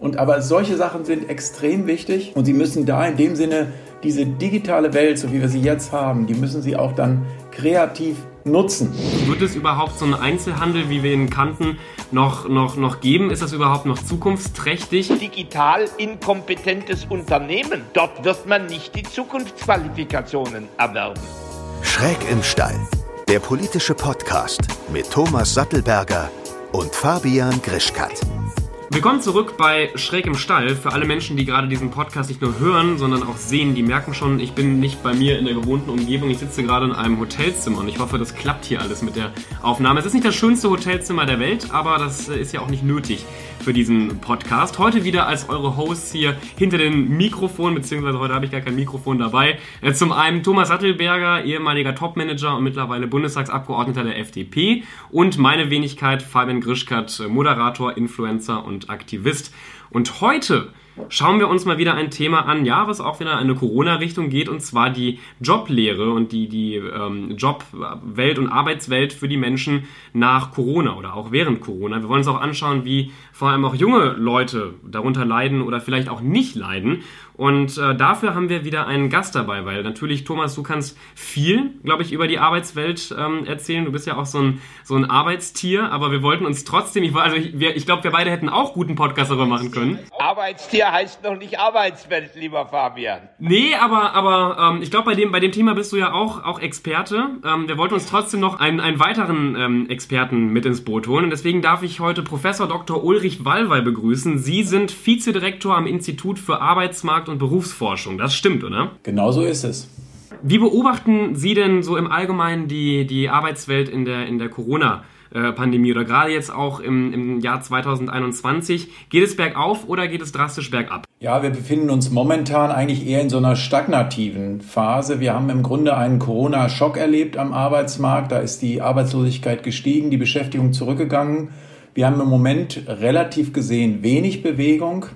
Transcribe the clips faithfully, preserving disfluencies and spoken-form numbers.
Und aber solche Sachen sind extrem wichtig und Sie müssen da in dem Sinne diese digitale Welt, so wie wir sie jetzt haben, die müssen Sie auch dann kreativ nutzen. Wird es überhaupt so einen Einzelhandel, wie wir ihn kannten, noch, noch, noch geben? Ist das überhaupt noch zukunftsträchtig? Digital inkompetentes Unternehmen. Dort wird man nicht die Zukunftsqualifikationen erwerben. Schräg im Stall. Der politische Podcast mit Thomas Sattelberger und Fabian Grischkat. Willkommen zurück bei Schräg im Stall. Für alle Menschen, die gerade diesen Podcast nicht nur hören, sondern auch sehen, die merken schon, ich bin nicht bei mir in der gewohnten Umgebung. Ich sitze gerade in einem Hotelzimmer und ich hoffe, das klappt hier alles mit der Aufnahme. Es ist nicht das schönste Hotelzimmer der Welt, aber das ist ja auch nicht nötig für diesen Podcast. Heute wieder als eure Hosts hier hinter den Mikrofonen, beziehungsweise heute habe ich gar kein Mikrofon dabei. Zum einen Thomas Sattelberger, ehemaliger Topmanager und mittlerweile Bundestagsabgeordneter der F D P, und meine Wenigkeit Fabian Grischkat, Moderator, Influencer und Aktivist. Und heute schauen wir uns mal wieder ein Thema an, ja, was auch wieder in eine Corona-Richtung geht, und zwar die Joblehre und die, die ähm, Jobwelt und Arbeitswelt für die Menschen nach Corona oder auch während Corona. Wir wollen uns auch anschauen, wie vor allem auch junge Leute darunter leiden oder vielleicht auch nicht leiden. Und äh, dafür haben wir wieder einen Gast dabei, weil natürlich, Thomas, du kannst viel, glaube ich, über die Arbeitswelt ähm, erzählen. Du bist ja auch so ein, so ein Arbeitstier, aber wir wollten uns trotzdem, ich, also ich, wir, ich glaube, wir beide hätten auch guten Podcast darüber machen können. Arbeitstier heißt noch nicht Arbeitswelt, lieber Fabian. Nee, aber, aber ähm, ich glaube, bei dem, bei dem Thema bist du ja auch, auch Experte. Ähm, wir wollten uns trotzdem noch einen, einen weiteren ähm, Experten mit ins Boot holen. Und deswegen darf ich heute Professor Doktor Ulrich Wallweil begrüßen. Sie sind Vizedirektor am Institut für Arbeitsmarkt und Berufsforschung. Das stimmt, oder? Genau so ist es. Wie beobachten Sie denn so im Allgemeinen die, die Arbeitswelt in der, in der Corona-Pandemie oder gerade jetzt auch im, im Jahr zwanzig einundzwanzig? Geht es bergauf oder geht es drastisch bergab? Ja, wir befinden uns momentan eigentlich eher in so einer stagnativen Phase. Wir haben im Grunde einen Corona-Schock erlebt am Arbeitsmarkt. Da ist die Arbeitslosigkeit gestiegen, die Beschäftigung zurückgegangen. Wir haben im Moment relativ gesehen wenig Bewegung,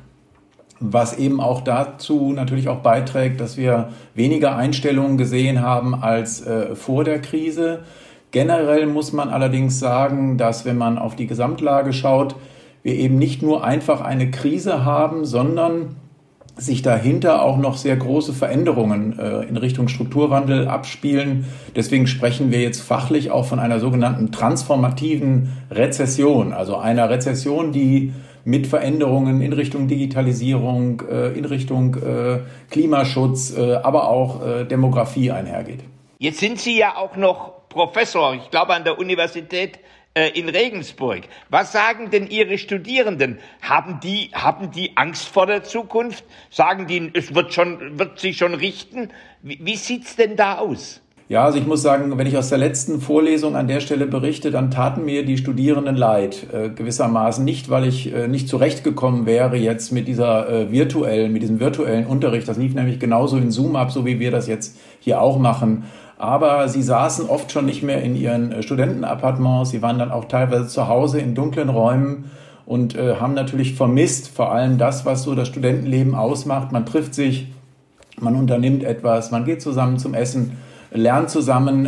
was eben auch dazu natürlich auch beiträgt, dass wir weniger Einstellungen gesehen haben als äh, vor der Krise. Generell muss man allerdings sagen, dass, wenn man auf die Gesamtlage schaut, wir eben nicht nur einfach eine Krise haben, sondern sich dahinter auch noch sehr große Veränderungen äh, in Richtung Strukturwandel abspielen. Deswegen sprechen wir jetzt fachlich auch von einer sogenannten transformativen Rezession, also einer Rezession, die mit Veränderungen in Richtung Digitalisierung, äh, in Richtung äh, Klimaschutz, äh, aber auch äh, Demografie einhergeht. Jetzt sind Sie ja auch noch Professor, ich glaube an der Universität äh, in Regensburg. Was sagen denn Ihre Studierenden? Haben die, haben die Angst vor der Zukunft? Sagen die, es wird schon, wird sich schon richten? Wie, wie sieht's denn da aus? Ja, also ich muss sagen, wenn ich aus der letzten Vorlesung an der Stelle berichte, dann taten mir die Studierenden leid, äh, gewissermaßen. Nicht, weil ich äh, nicht zurechtgekommen wäre jetzt mit dieser äh, virtuellen, mit diesem virtuellen Unterricht. Das lief nämlich genauso in Zoom ab, so wie wir das jetzt hier auch machen. Aber sie saßen oft schon nicht mehr in ihren äh, Studentenappartements. Sie waren dann auch teilweise zu Hause in dunklen Räumen und äh, haben natürlich vermisst, vor allem das, was so das Studentenleben ausmacht. Man trifft sich, man unternimmt etwas, man geht zusammen zum Essen, lernt zusammen.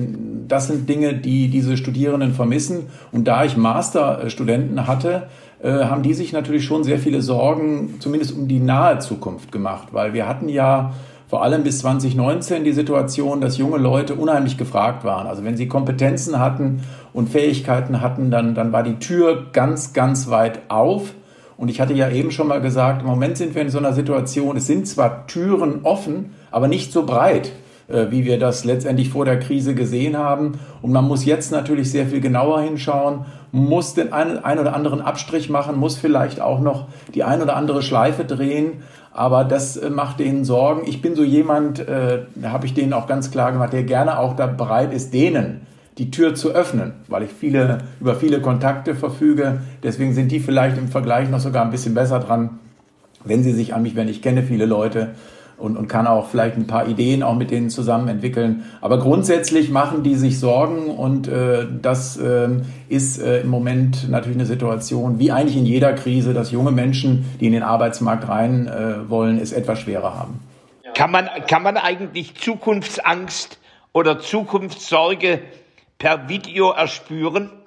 Das sind Dinge, die diese Studierenden vermissen. Und da ich Masterstudenten hatte, haben die sich natürlich schon sehr viele Sorgen, zumindest um die nahe Zukunft gemacht. Weil wir hatten ja vor allem bis zwanzig neunzehn die Situation, dass junge Leute unheimlich gefragt waren. Also wenn sie Kompetenzen hatten und Fähigkeiten hatten, dann, dann war die Tür ganz, ganz weit auf. Und ich hatte ja eben schon mal gesagt, im Moment sind wir in so einer Situation, es sind zwar Türen offen, aber nicht so breit, wie wir das letztendlich vor der Krise gesehen haben. Und man muss jetzt natürlich sehr viel genauer hinschauen, muss den einen, einen oder anderen Abstrich machen, muss vielleicht auch noch die ein oder andere Schleife drehen. Aber das macht denen Sorgen. Ich bin so jemand, äh, da habe ich denen auch ganz klar gemacht, der gerne auch da bereit ist, denen die Tür zu öffnen, weil ich viele über viele Kontakte verfüge. Deswegen sind die vielleicht im Vergleich noch sogar ein bisschen besser dran, wenn sie sich an mich wenden. Ich kenne viele Leute, Und, und kann auch vielleicht ein paar Ideen auch mit denen zusammen entwickeln. Aber grundsätzlich machen die sich Sorgen und äh, das äh, ist äh, im Moment natürlich eine Situation, wie eigentlich in jeder Krise, dass junge Menschen, die in den Arbeitsmarkt rein äh, wollen, es etwas schwerer haben. Kann man, kann man eigentlich Zukunftsangst oder Zukunftssorge per Video erspüren?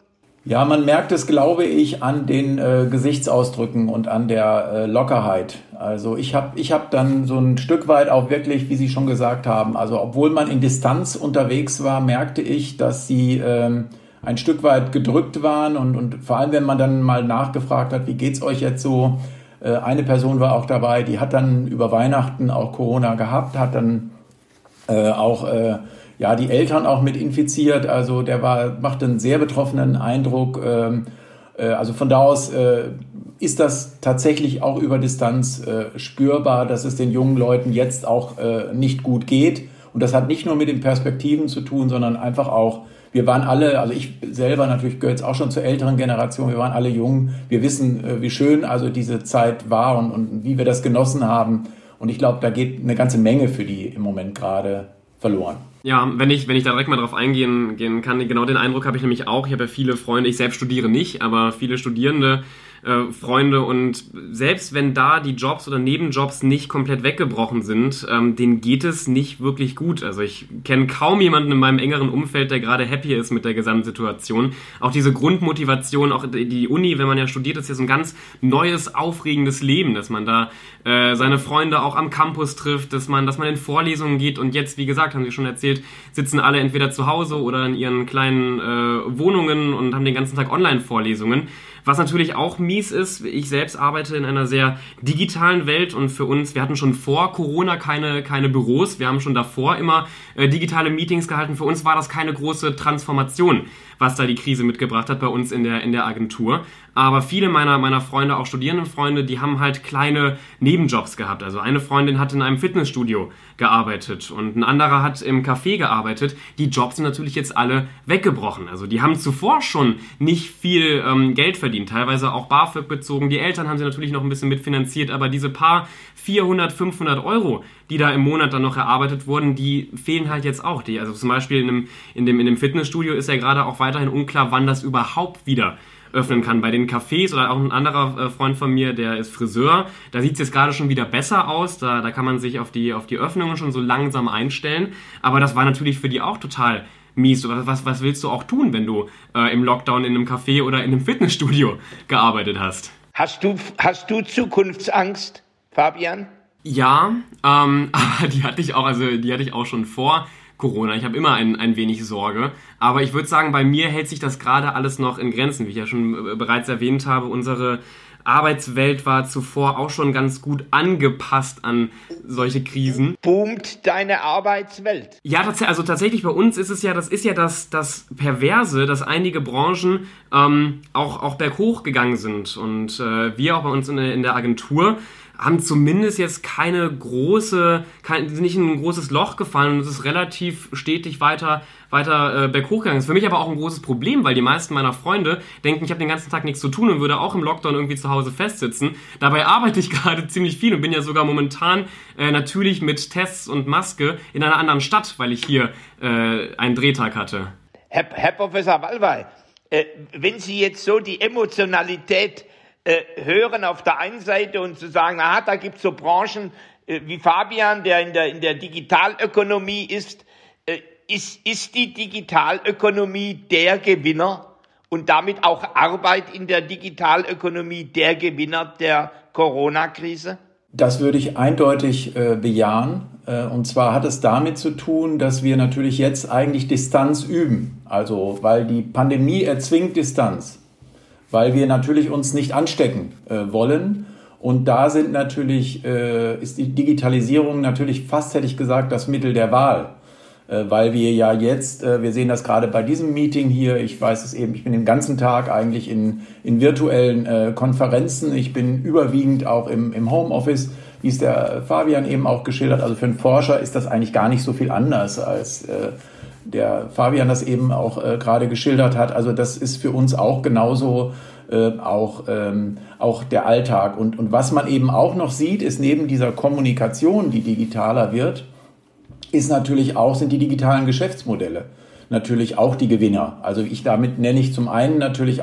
Ja, man merkt es, glaube ich, an den äh, Gesichtsausdrücken und an der äh, Lockerheit. Also ich habe ich hab dann so ein Stück weit auch wirklich, wie Sie schon gesagt haben, also obwohl man in Distanz unterwegs war, merkte ich, dass sie ähm, ein Stück weit gedrückt waren und, und vor allem, wenn man dann mal nachgefragt hat, wie geht's euch jetzt so? Äh, eine Person war auch dabei, die hat dann über Weihnachten auch Corona gehabt, hat dann äh, auch äh, ja, die Eltern auch mit infiziert, also der war, machte einen sehr betroffenen Eindruck. Ähm, äh, also von da aus äh, ist das tatsächlich auch über Distanz äh, spürbar, dass es den jungen Leuten jetzt auch äh, nicht gut geht. Und das hat nicht nur mit den Perspektiven zu tun, sondern einfach auch, wir waren alle, also ich selber natürlich gehöre jetzt auch schon zur älteren Generation, wir waren alle jung, wir wissen, äh, wie schön also diese Zeit war und, und wie wir das genossen haben. Und ich glaube, da geht eine ganze Menge für die im Moment gerade verloren. Ja, wenn ich, wenn ich da direkt mal drauf eingehen gehen kann, genau den Eindruck habe ich nämlich auch. Ich habe ja viele Freunde, ich selbst studiere nicht, aber viele Studierende, äh, Freunde, und selbst wenn da die Jobs oder Nebenjobs nicht komplett weggebrochen sind, ähm, denen geht es nicht wirklich gut. Also ich kenne kaum jemanden in meinem engeren Umfeld, der gerade happy ist mit der Gesamtsituation. Auch diese Grundmotivation, auch die Uni, wenn man ja studiert, ist ja so ein ganz neues, aufregendes Leben, dass man da äh, seine Freunde auch am Campus trifft, dass man, dass man in Vorlesungen geht, und jetzt, wie gesagt, haben Sie schon erzählt, sitzen alle entweder zu Hause oder in ihren kleinen äh, Wohnungen und haben den ganzen Tag Online-Vorlesungen. Was natürlich auch mies ist, ich selbst arbeite in einer sehr digitalen Welt, und für uns, wir hatten schon vor Corona keine, keine Büros, wir haben schon davor immer äh, digitale Meetings gehalten. Für uns war das keine große Transformation, was da die Krise mitgebracht hat bei uns in der, in der Agentur. Aber viele meiner, meiner Freunde, auch Studierendenfreunde, die haben halt kleine Nebenjobs gehabt. Also eine Freundin hat in einem Fitnessstudio gearbeitet und ein anderer hat im Café gearbeitet. Die Jobs sind natürlich jetzt alle weggebrochen. Also die haben zuvor schon nicht viel ähm, Geld verdient, teilweise auch BAföG bezogen. Die Eltern haben sie natürlich noch ein bisschen mitfinanziert, aber diese paar vierhundert, fünfhundert Euro, die da im Monat dann noch erarbeitet wurden, die fehlen halt jetzt auch. Die, also zum Beispiel in dem, in dem, in dem Fitnessstudio ist ja gerade auch weiterhin unklar, wann das überhaupt wieder öffnen kann. Bei den Cafés, oder auch ein anderer äh, Freund von mir, der ist Friseur, da sieht es jetzt gerade schon wieder besser aus, da, da kann man sich auf die, auf die Öffnungen schon so langsam einstellen, aber das war natürlich für die auch total mies. Was, was willst du auch tun, wenn du äh, im Lockdown in einem Café oder in einem Fitnessstudio gearbeitet hast? Hast du, hast du Zukunftsangst, Fabian? Ja, ähm, aber die hatte ich auch, also die hatte ich auch schon vor Corona. Ich habe immer ein, ein wenig Sorge, aber ich würde sagen, bei mir hält sich das gerade alles noch in Grenzen. Wie ich ja schon bereits erwähnt habe, unsere Arbeitswelt war zuvor auch schon ganz gut angepasst an solche Krisen. Boomt deine Arbeitswelt? Ja, tats- also tatsächlich bei uns ist es ja, das ist ja das, das Perverse, dass einige Branchen ähm, auch, auch berghoch gegangen sind, und äh, wir auch bei uns in der, in der Agentur haben zumindest jetzt keine große, kein, sind nicht in ein großes Loch gefallen, und es ist relativ stetig weiter, weiter äh, berghoch gegangen. Das ist für mich aber auch ein großes Problem, weil die meisten meiner Freunde denken, ich habe den ganzen Tag nichts zu tun und würde auch im Lockdown irgendwie zu Hause festsitzen. Dabei arbeite ich gerade ziemlich viel und bin ja sogar momentan äh, natürlich mit Tests und Maske in einer anderen Stadt, weil ich hier äh, einen Drehtag hatte. Herr, Herr Professor Wallweil, äh, wenn Sie jetzt so die Emotionalität Äh, hören auf der einen Seite und zu sagen, aha, da gibt's so Branchen äh, wie Fabian, der in der in der Digitalökonomie ist, äh, ist ist die Digitalökonomie der Gewinner und damit auch Arbeit in der Digitalökonomie der Gewinner der Corona-Krise? Das würde ich eindeutig äh, bejahen. Äh, und zwar hat es damit zu tun, dass wir natürlich jetzt eigentlich Distanz üben. Also, weil die Pandemie erzwingt Distanz. Weil wir natürlich uns nicht anstecken äh, wollen. Und da sind natürlich, äh, ist die Digitalisierung natürlich fast, hätte ich gesagt, das Mittel der Wahl. Äh, weil wir ja jetzt, äh, wir sehen das gerade bei diesem Meeting hier, ich weiß es eben, ich bin den ganzen Tag eigentlich in, in virtuellen äh, Konferenzen. Ich bin überwiegend auch im, im Homeoffice, wie es der Fabian eben auch geschildert. Also für einen Forscher ist das eigentlich gar nicht so viel anders, als äh, der Fabian das eben auch äh, gerade geschildert hat. Also das ist für uns auch genauso äh, auch, ähm, auch der Alltag. Und, und was man eben auch noch sieht, ist neben dieser Kommunikation, die digitaler wird, ist natürlich auch, sind die digitalen Geschäftsmodelle natürlich auch die Gewinner. Also ich damit nenne ich zum einen natürlich auch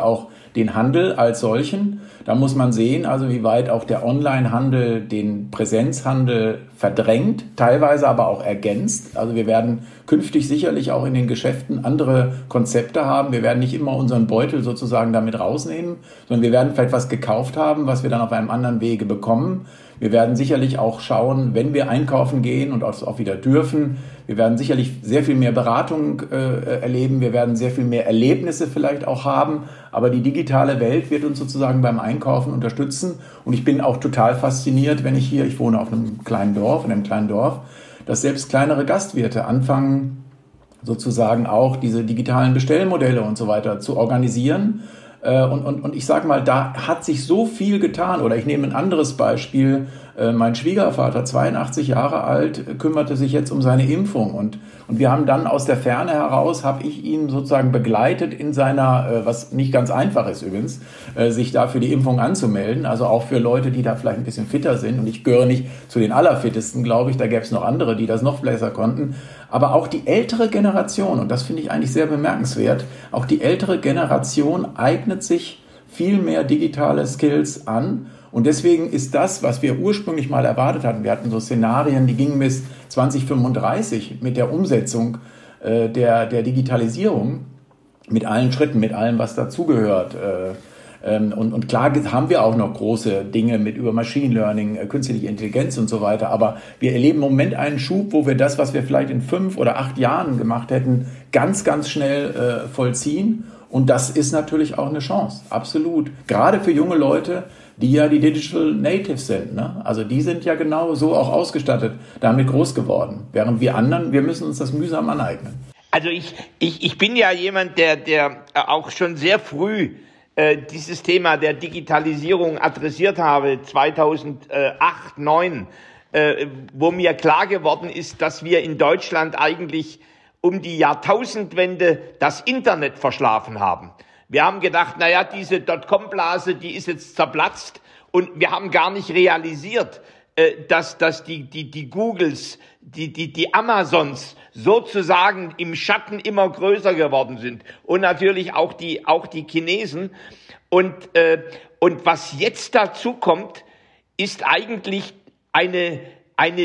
den Handel als solchen. Da muss man sehen, also wie weit auch der Onlinehandel den Präsenzhandel verdrängt, teilweise aber auch ergänzt. Also wir werden künftig sicherlich auch in den Geschäften andere Konzepte haben. Wir werden nicht immer unseren Beutel sozusagen damit rausnehmen, sondern wir werden vielleicht was gekauft haben, was wir dann auf einem anderen Wege bekommen. Wir werden sicherlich auch schauen, wenn wir einkaufen gehen und auch wieder dürfen. Wir werden sicherlich sehr viel mehr Beratung äh, erleben. Wir werden sehr viel mehr Erlebnisse vielleicht auch haben. Aber die digitale Welt wird uns sozusagen beim Einkaufen unterstützen. Und ich bin auch total fasziniert, wenn ich hier, ich wohne auf einem kleinen Dorf, in einem kleinen Dorf, dass selbst kleinere Gastwirte anfangen, sozusagen auch diese digitalen Bestellmodelle und so weiter zu organisieren. Und, und, und ich sage mal, da hat sich so viel getan. Oder ich nehme ein anderes Beispiel. Mein Schwiegervater, zweiundachtzig Jahre alt, kümmerte sich jetzt um seine Impfung. Und, und wir haben dann aus der Ferne heraus, habe ich ihn sozusagen begleitet in seiner, was nicht ganz einfach ist übrigens, sich da für die Impfung anzumelden. Also auch für Leute, die da vielleicht ein bisschen fitter sind. Und ich gehöre nicht zu den Allerfittesten, glaube ich. Da gäbe es noch andere, die das noch besser konnten. Aber auch die ältere Generation, und das finde ich eigentlich sehr bemerkenswert, auch die ältere Generation eignet sich viel mehr digitale Skills an. Und deswegen ist das, was wir ursprünglich mal erwartet hatten, wir hatten so Szenarien, die gingen bis zwanzig fünfunddreißig mit der Umsetzung äh, der, der Digitalisierung, mit allen Schritten, mit allem, was dazugehört. Äh, ähm, und, und klar haben wir auch noch große Dinge mit über Machine Learning, äh, künstliche Intelligenz und so weiter. Aber wir erleben im Moment einen Schub, wo wir das, was wir vielleicht in fünf oder acht Jahren gemacht hätten, ganz, ganz schnell äh, vollziehen. Und das ist natürlich auch eine Chance, absolut. Gerade für junge Leute, die ja die Digital Natives sind, ne? Also die sind ja genau so auch ausgestattet, damit groß geworden. Während wir anderen, wir müssen uns das mühsam aneignen. Also ich, ich, ich bin ja jemand, der, der auch schon sehr früh äh, dieses Thema der Digitalisierung adressiert habe, zweitausendacht, zweitausendneun, äh, wo mir klar geworden ist, dass wir in Deutschland eigentlich um die Jahrtausendwende das Internet verschlafen haben. Wir haben gedacht, naja, diese Dotcom-Blase, die ist jetzt zerplatzt, und wir haben gar nicht realisiert, äh, dass, dass die, die, die Googles, die, die, die Amazons sozusagen im Schatten immer größer geworden sind, und natürlich auch die, auch die Chinesen. Und, äh, und was jetzt dazu kommt, ist eigentlich eine, eine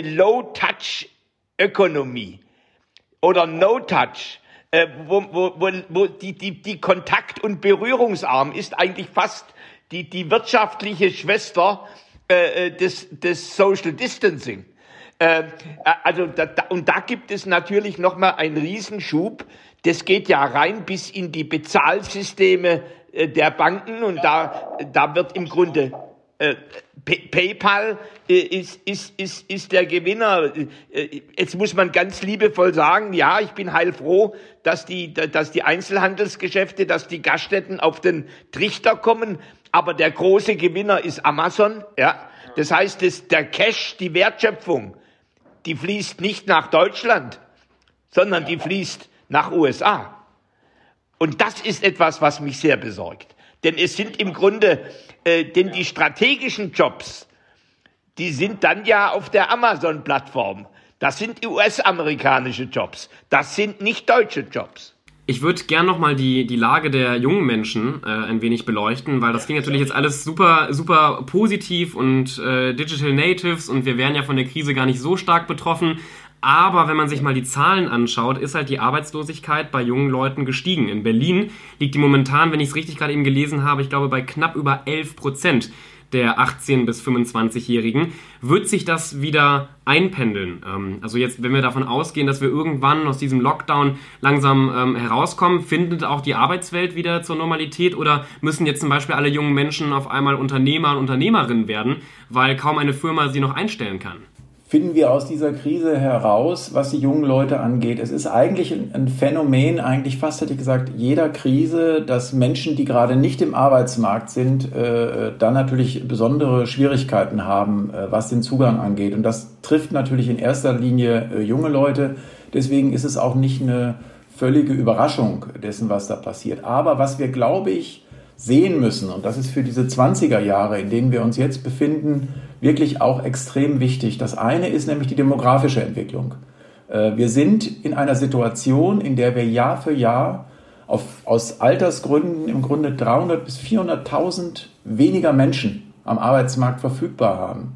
Low-Touch-Ökonomie oder No-Touch. Wo, wo, wo, wo die, die, die kontakt- und berührungsarm ist, eigentlich fast die, die wirtschaftliche Schwester äh, des, des Social Distancing. Äh, also da, da, und da gibt es natürlich nochmal einen Riesenschub. Das geht ja rein bis in die Bezahlsysteme äh, der Banken, und da, da wird im Grunde äh, PayPal äh, ist, ist, ist, ist der Gewinner. Äh, jetzt muss man ganz liebevoll sagen, ja, ich bin heilfroh, dass die, dass die Einzelhandelsgeschäfte, dass die Gaststätten auf den Trichter kommen. Aber der große Gewinner ist Amazon, ja. Das heißt, das, der Cash, die Wertschöpfung, die fließt nicht nach Deutschland, sondern die fließt nach U S A. Und das ist etwas, was mich sehr besorgt. Denn es sind im Grunde, äh, denn die strategischen Jobs, die sind dann ja auf der Amazon-Plattform. Das sind U S-amerikanische Jobs. Das sind nicht deutsche Jobs. Ich würde gern nochmal die, die Lage der jungen Menschen äh, ein wenig beleuchten, weil das klingt natürlich jetzt alles super, super positiv und äh, Digital Natives, und wir wären ja von der Krise gar nicht so stark betroffen. Aber wenn man sich mal die Zahlen anschaut, ist halt die Arbeitslosigkeit bei jungen Leuten gestiegen. In Berlin liegt die momentan, wenn ich es richtig gerade eben gelesen habe, ich glaube bei knapp über elf Prozent der achtzehn- bis fünfundzwanzigjährigen. Wird sich das wieder einpendeln? Ähm, also jetzt, wenn wir davon ausgehen, dass wir irgendwann aus diesem Lockdown langsam ähm, herauskommen, findet auch die Arbeitswelt wieder zur Normalität, oder müssen jetzt zum Beispiel alle jungen Menschen auf einmal Unternehmer und Unternehmerinnen werden, weil kaum eine Firma sie noch einstellen kann? Finden wir aus dieser Krise heraus, was die jungen Leute angeht. Es ist eigentlich ein Phänomen, eigentlich fast hätte ich gesagt, jeder Krise, dass Menschen, die gerade nicht im Arbeitsmarkt sind, äh, dann natürlich besondere Schwierigkeiten haben, äh, was den Zugang angeht. Und das trifft natürlich in erster Linie äh, junge Leute. Deswegen ist es auch nicht eine völlige Überraschung dessen, was da passiert. Aber was wir, glaube ich, sehen müssen, und das ist für diese zwanziger Jahre, in denen wir uns jetzt befinden, wirklich auch extrem wichtig. Das eine ist nämlich die demografische Entwicklung. Wir sind in einer Situation, in der wir Jahr für Jahr auf, aus Altersgründen im Grunde dreihundert bis vierhunderttausend weniger Menschen am Arbeitsmarkt verfügbar haben.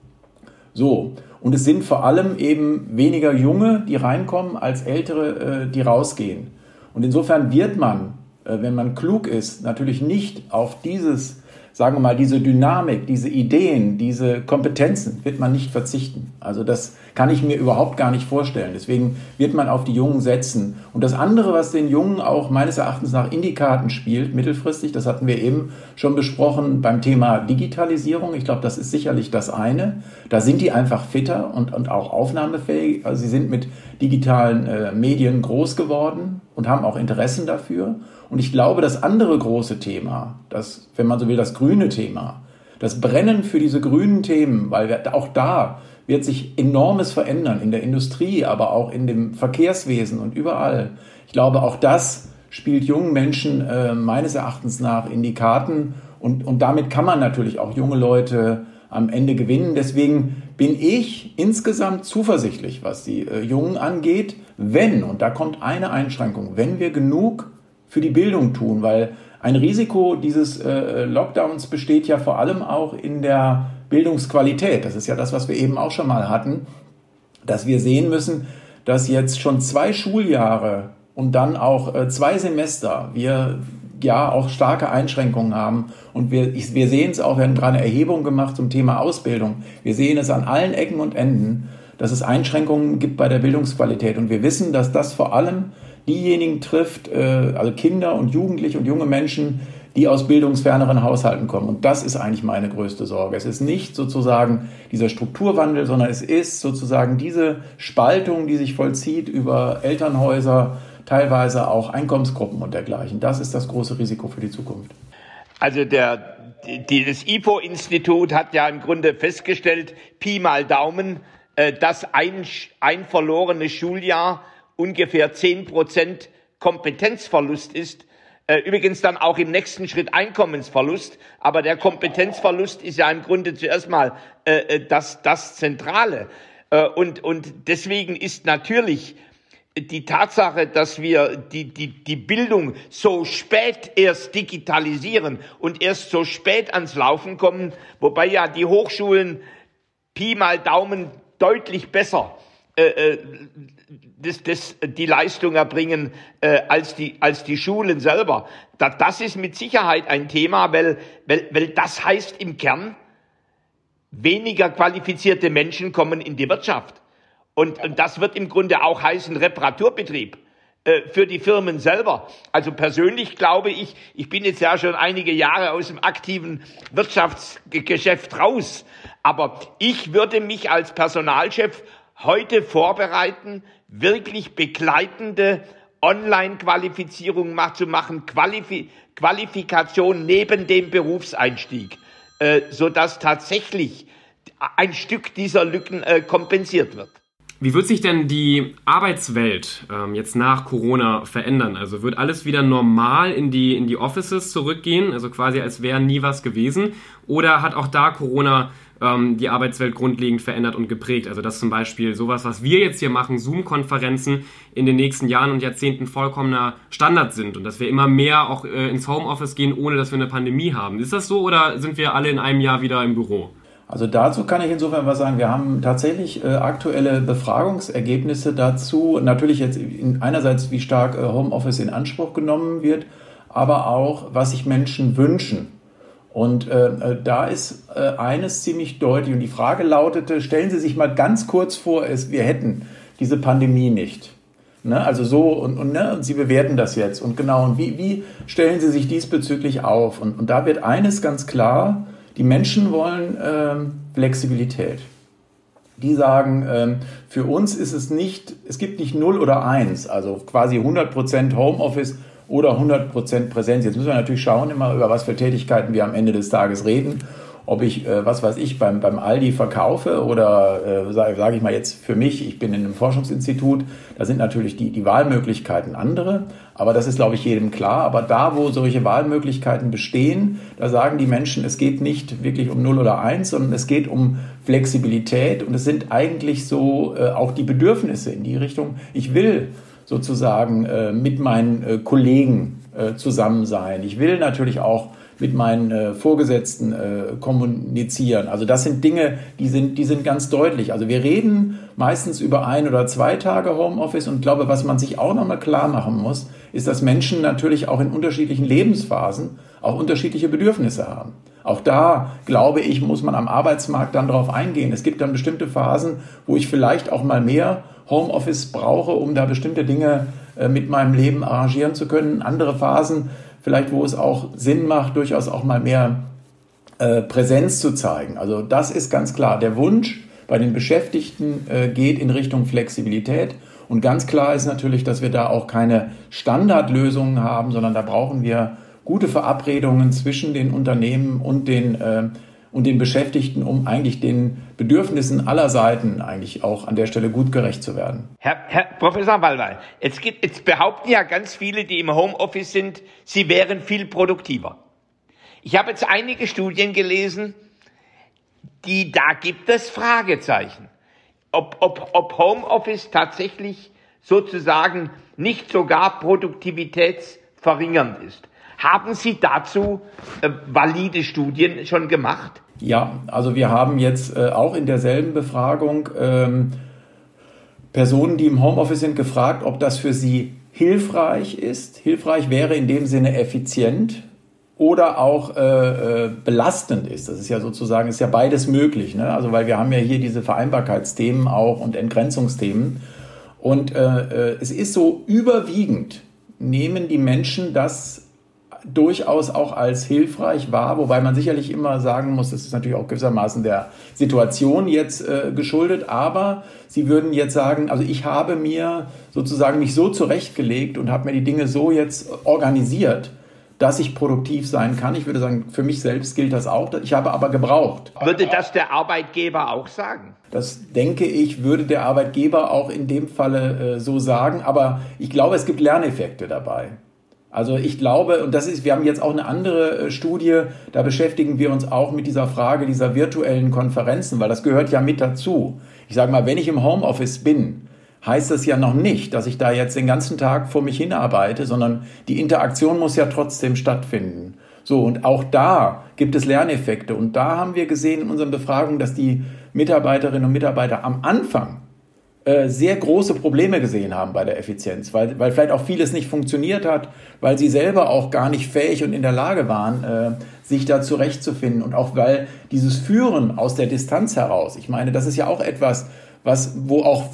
So, und es sind vor allem eben weniger Junge, die reinkommen, als Ältere, die rausgehen. Und insofern wird man, wenn man klug ist, natürlich nicht auf dieses, sagen wir mal, diese Dynamik, diese Ideen, diese Kompetenzen wird man nicht verzichten. Also das kann ich mir überhaupt gar nicht vorstellen. Deswegen wird man auf die Jungen setzen. Und das andere, was den Jungen auch meines Erachtens nach in die Karten spielt, mittelfristig, das hatten wir eben schon besprochen beim Thema Digitalisierung. Ich glaube, das ist sicherlich das eine. Da sind die einfach fitter und, und auch aufnahmefähig. Also sie sind mit digitalen äh, Medien groß geworden und haben auch Interessen dafür. Und ich glaube, das andere große Thema, das, wenn man so will, das grüne Thema, das Brennen für diese grünen Themen, weil wir, auch da wird sich enormes verändern, in der Industrie, aber auch in dem Verkehrswesen und überall. Ich glaube, auch das spielt jungen Menschen äh, meines Erachtens nach in die Karten. Und, und damit kann man natürlich auch junge Leute am Ende gewinnen. Deswegen bin ich insgesamt zuversichtlich, was die äh, Jungen angeht, wenn, und da kommt eine Einschränkung, wenn wir genug für die Bildung tun, weil ein Risiko dieses äh, Lockdowns besteht ja vor allem auch in der Bildungsqualität. Das ist ja das, was wir eben auch schon mal hatten, dass wir sehen müssen, dass jetzt schon zwei Schuljahre und dann auch äh, zwei Semester wir ja auch starke Einschränkungen haben. Und wir, ich, wir sehen es auch, wir haben gerade eine Erhebung gemacht zum Thema Ausbildung. Wir sehen es an allen Ecken und Enden, dass es Einschränkungen gibt bei der Bildungsqualität. Und wir wissen, dass das vor allem diejenigen trifft, also Kinder und Jugendliche und junge Menschen, die aus bildungsferneren Haushalten kommen. Und das ist eigentlich meine größte Sorge. Es ist nicht sozusagen dieser Strukturwandel, sondern es ist sozusagen diese Spaltung, die sich vollzieht über Elternhäuser, teilweise auch Einkommensgruppen und dergleichen. Das ist das große Risiko für die Zukunft. Also der, die, das I F O-Institut hat ja im Grunde festgestellt, Pi mal Daumen, dass ein, ein verlorenes Schuljahr ungefähr zehn Prozent Kompetenzverlust ist. Übrigens dann auch im nächsten Schritt Einkommensverlust. Aber der Kompetenzverlust ist ja im Grunde zuerst mal äh, das, das Zentrale. Äh, und, und deswegen ist natürlich die Tatsache, dass wir die, die, die Bildung so spät erst digitalisieren und erst so spät ans Laufen kommen, wobei ja die Hochschulen Pi mal Daumen deutlich besser äh, das, das, die Leistung erbringen äh, als die als die Schulen selber. Da, das ist mit Sicherheit ein Thema, weil, weil, weil das heißt im Kern, weniger qualifizierte Menschen kommen in die Wirtschaft. Und, und das wird im Grunde auch heißen Reparaturbetrieb äh, für die Firmen selber. Also persönlich glaube ich, ich bin jetzt ja schon einige Jahre aus dem aktiven Wirtschaftsgeschäft raus, aber ich würde mich als Personalchef heute vorbereiten, wirklich begleitende Online-Qualifizierung zu machen, Qualifi- Qualifikation neben dem Berufseinstieg, äh, sodass tatsächlich ein Stück dieser Lücken äh, kompensiert wird. Wie wird sich denn die Arbeitswelt ähm, jetzt nach Corona verändern? Also wird alles wieder normal in die, in die Offices zurückgehen, also quasi als wäre nie was gewesen? Oder hat auch da Corona ähm, die Arbeitswelt grundlegend verändert und geprägt? Also dass zum Beispiel sowas, was wir jetzt hier machen, Zoom-Konferenzen, in den nächsten Jahren und Jahrzehnten vollkommener Standard sind und dass wir immer mehr auch äh, ins Homeoffice gehen, ohne dass wir eine Pandemie haben. Ist das so oder sind wir alle in einem Jahr wieder im Büro? Also dazu kann ich insofern was sagen. Wir haben tatsächlich äh, aktuelle Befragungsergebnisse dazu. Natürlich jetzt in, einerseits, wie stark äh, Homeoffice in Anspruch genommen wird, aber auch, was sich Menschen wünschen. Und äh, da ist äh, eines ziemlich deutlich. Und die Frage lautete, stellen Sie sich mal ganz kurz vor, es, wir hätten diese Pandemie nicht. Ne? Also so, und, und, ne? und Sie bewerten das jetzt. Und genau, und wie, wie stellen Sie sich diesbezüglich auf? Und, und da wird eines ganz klar: Die Menschen wollen ähm, Flexibilität. Die sagen, ähm, für uns ist es nicht, es gibt nicht null oder eins, also quasi hundert Prozent Homeoffice oder hundert Prozent Präsenz. Jetzt müssen wir natürlich schauen immer, über was für Tätigkeiten wir am Ende des Tages reden. Ob ich, äh, was weiß ich, beim, beim Aldi verkaufe oder, äh, sage sag ich mal jetzt für mich, ich bin in einem Forschungsinstitut, da sind natürlich die, die Wahlmöglichkeiten andere, aber das ist, glaube ich, jedem klar. Aber da, wo solche Wahlmöglichkeiten bestehen, da sagen die Menschen, es geht nicht wirklich um null oder eins, sondern es geht um Flexibilität und es sind eigentlich so äh, auch die Bedürfnisse in die Richtung, ich will sozusagen äh, mit meinen äh, Kollegen äh, zusammen sein. Ich will natürlich auch mit meinen äh, Vorgesetzten äh, kommunizieren. Also das sind Dinge, die sind, die sind ganz deutlich. Also wir reden meistens über ein oder zwei Tage Homeoffice und glaube, was man sich auch nochmal klar machen muss, ist, dass Menschen natürlich auch in unterschiedlichen Lebensphasen auch unterschiedliche Bedürfnisse haben. Auch da, glaube ich, muss man am Arbeitsmarkt dann drauf eingehen. Es gibt dann bestimmte Phasen, wo ich vielleicht auch mal mehr Homeoffice brauche, um da bestimmte Dinge äh, mit meinem Leben arrangieren zu können. Andere Phasen, vielleicht wo es auch Sinn macht, durchaus auch mal mehr äh, Präsenz zu zeigen. Also das ist ganz klar. Der Wunsch bei den Beschäftigten äh, geht in Richtung Flexibilität. Und ganz klar ist natürlich, dass wir da auch keine Standardlösungen haben, sondern da brauchen wir gute Verabredungen zwischen den Unternehmen und den, äh, und den Beschäftigten, um eigentlich den Bedürfnissen aller Seiten eigentlich auch an der Stelle gut gerecht zu werden. Herr, Herr Professor Wallweil, jetzt, gibt, jetzt behaupten ja ganz viele, die im Homeoffice sind, sie wären viel produktiver. Ich habe jetzt einige Studien gelesen, die, da gibt es Fragezeichen. Ob, ob, ob Homeoffice tatsächlich sozusagen nicht sogar produktivitätsverringernd ist. Haben Sie dazu äh, valide Studien schon gemacht? Ja, also wir haben jetzt äh, auch in derselben Befragung ähm, Personen, die im Homeoffice sind, gefragt, ob das für sie hilfreich ist. Hilfreich wäre in dem Sinne effizient oder auch äh, äh, belastend ist. Das ist ja sozusagen, ist ja beides möglich, ne? Also weil wir haben ja hier diese Vereinbarkeitsthemen auch und Entgrenzungsthemen. Und äh, äh, es ist so, überwiegend nehmen die Menschen das durchaus auch als hilfreich wahr, wobei man sicherlich immer sagen muss, das ist natürlich auch gewissermaßen der Situation jetzt äh, geschuldet, aber sie würden jetzt sagen, also ich habe mir sozusagen mich so zurechtgelegt und habe mir die Dinge so jetzt organisiert, dass ich produktiv sein kann. Ich würde sagen, für mich selbst gilt das auch. Ich habe aber gebraucht. Würde das der Arbeitgeber auch sagen? Das denke ich, würde der Arbeitgeber auch in dem Falle äh, so sagen, aber ich glaube, es gibt Lerneffekte dabei. Also ich glaube, und das ist, wir haben jetzt auch eine andere Studie, da beschäftigen wir uns auch mit dieser Frage dieser virtuellen Konferenzen, weil das gehört ja mit dazu. Ich sage mal, wenn ich im Homeoffice bin, heißt das ja noch nicht, dass ich da jetzt den ganzen Tag vor mich hinarbeite, sondern die Interaktion muss ja trotzdem stattfinden. So, und auch da gibt es Lerneffekte. Und da haben wir gesehen in unseren Befragungen, dass die Mitarbeiterinnen und Mitarbeiter am Anfang sehr große Probleme gesehen haben bei der Effizienz, weil, weil vielleicht auch vieles nicht funktioniert hat, weil sie selber auch gar nicht fähig und in der Lage waren, äh, sich da zurechtzufinden und auch weil dieses Führen aus der Distanz heraus, ich meine, das ist ja auch etwas, was, wo auch,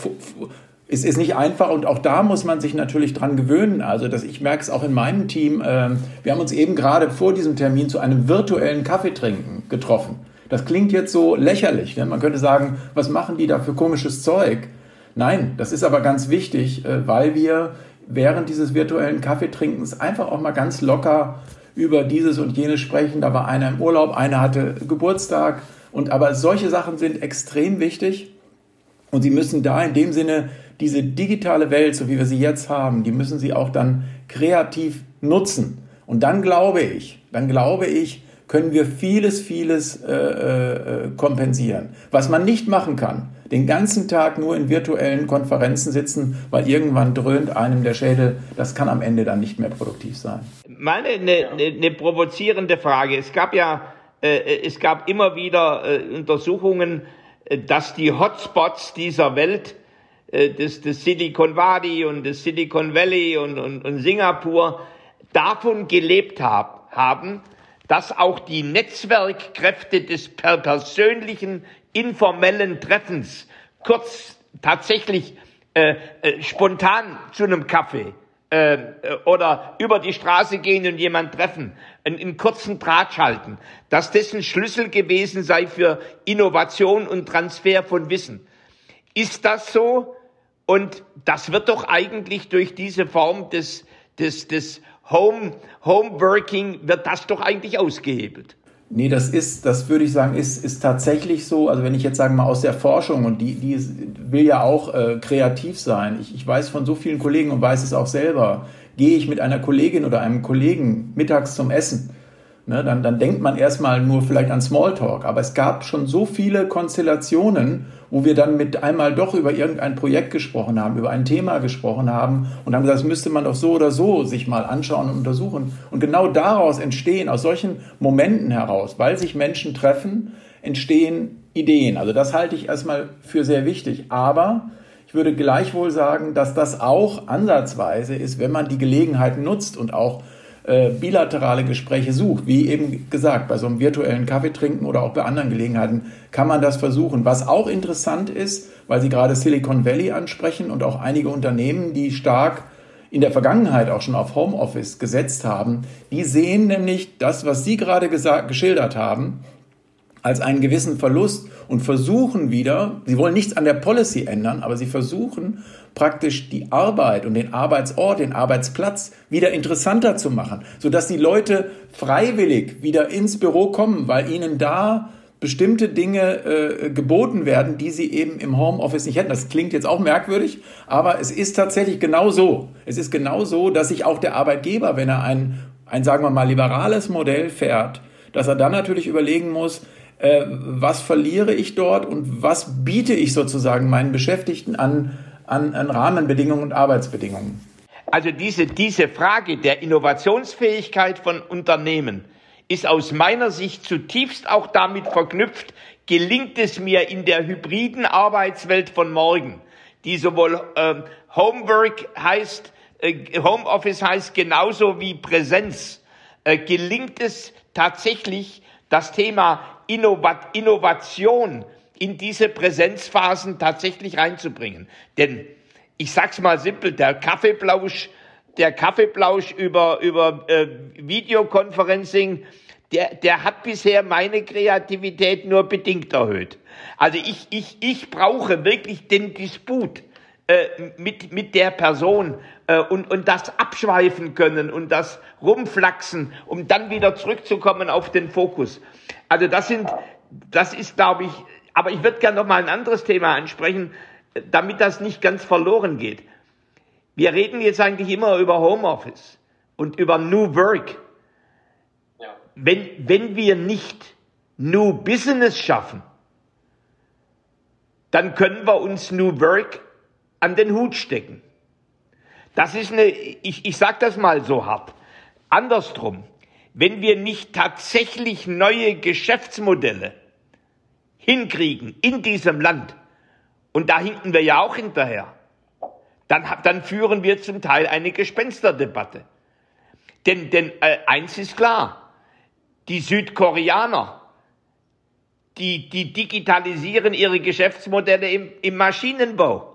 es ist nicht einfach und auch da muss man sich natürlich dran gewöhnen, also dass ich merke es auch in meinem Team, äh, wir haben uns eben gerade vor diesem Termin zu einem virtuellen Kaffeetrinken getroffen. Das klingt jetzt so lächerlich, ne? Man könnte sagen, was machen die da für komisches Zeug? Nein, das ist aber ganz wichtig, weil wir während dieses virtuellen Kaffeetrinkens einfach auch mal ganz locker über dieses und jenes sprechen. Da war einer im Urlaub, einer hatte Geburtstag. Und aber solche Sachen sind extrem wichtig. Und Sie müssen da in dem Sinne diese digitale Welt, so wie wir sie jetzt haben, die müssen Sie auch dann kreativ nutzen. Und dann glaube ich, dann glaube ich, können wir vieles, vieles äh, äh, kompensieren. Was man nicht machen kann, den ganzen Tag nur in virtuellen Konferenzen sitzen, weil irgendwann dröhnt einem der Schädel, das kann am Ende dann nicht mehr produktiv sein. Mal eine, eine, eine provozierende Frage. Es gab ja, äh, es gab immer wieder äh, Untersuchungen, äh, dass die Hotspots dieser Welt, äh, das, das Silicon Valley und das Silicon Valley und, und, und Singapur, davon gelebt hab, haben, dass auch die Netzwerkkräfte des persönlichen, informellen Treffens, kurz tatsächlich äh, äh, spontan zu einem Kaffee äh, oder über die Straße gehen und jemanden treffen, einen, einen kurzen Draht schalten, dass das ein Schlüssel gewesen sei für Innovation und Transfer von Wissen. Ist das so? Und das wird doch eigentlich durch diese Form des, des, des Home, Homeworking, wird das doch eigentlich ausgehebelt. Nee, das ist, das würde ich sagen, ist, ist tatsächlich so. Also wenn ich jetzt sagen mal aus der Forschung, und die, die will ja auch äh, kreativ sein. Ich, ich weiß von so vielen Kollegen und weiß es auch selber. Gehe ich mit einer Kollegin oder einem Kollegen mittags zum Essen, ne, dann, dann denkt man erstmal nur vielleicht an Smalltalk. Aber es gab schon so viele Konstellationen, wo wir dann mit einmal doch über irgendein Projekt gesprochen haben, über ein Thema gesprochen haben und haben gesagt, das müsste man doch so oder so sich mal anschauen und untersuchen. Und genau daraus entstehen, aus solchen Momenten heraus, weil sich Menschen treffen, entstehen Ideen. Also das halte ich erstmal für sehr wichtig. Aber ich würde gleichwohl sagen, dass das auch ansatzweise ist, wenn man die Gelegenheit nutzt und auch äh, bilaterale Gespräche sucht. Wie eben gesagt, bei so einem virtuellen Kaffeetrinken oder auch bei anderen Gelegenheiten kann man das versuchen. Was auch interessant ist, weil Sie gerade Silicon Valley ansprechen und auch einige Unternehmen, die stark in der Vergangenheit auch schon auf Homeoffice gesetzt haben, die sehen nämlich das, was Sie gerade gesagt, geschildert haben, als einen gewissen Verlust und versuchen wieder, sie wollen nichts an der Policy ändern, aber sie versuchen praktisch die Arbeit und den Arbeitsort, den Arbeitsplatz wieder interessanter zu machen, sodass die Leute freiwillig wieder ins Büro kommen, weil ihnen da bestimmte Dinge äh, geboten werden, die sie eben im Homeoffice nicht hätten. Das klingt jetzt auch merkwürdig, aber es ist tatsächlich genau so. Es ist genau so, dass sich auch der Arbeitgeber, wenn er ein, ein sagen wir mal, liberales Modell fährt, dass er dann natürlich überlegen muss, äh, was verliere ich dort und was biete ich sozusagen meinen Beschäftigten an, an, an Rahmenbedingungen und Arbeitsbedingungen. Also diese, diese Frage der Innovationsfähigkeit von Unternehmen ist aus meiner Sicht zutiefst auch damit verknüpft, gelingt es mir in der hybriden Arbeitswelt von morgen, die sowohl äh, Homework heißt, äh, Homeoffice heißt genauso wie Präsenz, äh, gelingt es tatsächlich, das Thema Innovat- Innovation in diese Präsenzphasen tatsächlich reinzubringen. Denn ich sag's mal simpel, der Kaffeeplausch Der Kaffeeplausch über, über äh, Videoconferencing, der, der hat bisher meine Kreativität nur bedingt erhöht. Also ich, ich, ich brauche wirklich den Disput äh, mit, mit der Person äh, und, und das abschweifen können und das rumflaxen, um dann wieder zurückzukommen auf den Fokus. Also das sind, das ist, glaube ich, aber ich würde gerne noch mal ein anderes Thema ansprechen, damit das nicht ganz verloren geht. Wir reden jetzt eigentlich immer über Homeoffice und über New Work. Ja. Wenn, wenn wir nicht New Business schaffen, dann können wir uns New Work an den Hut stecken. Das ist eine, ich, ich sage das mal so hart. Andersrum, wenn wir nicht tatsächlich neue Geschäftsmodelle hinkriegen in diesem Land, und da hinken wir ja auch hinterher, Dann, dann führen wir zum Teil eine Gespensterdebatte. Denn, denn äh, eins ist klar, die Südkoreaner, die, die digitalisieren ihre Geschäftsmodelle im, im Maschinenbau.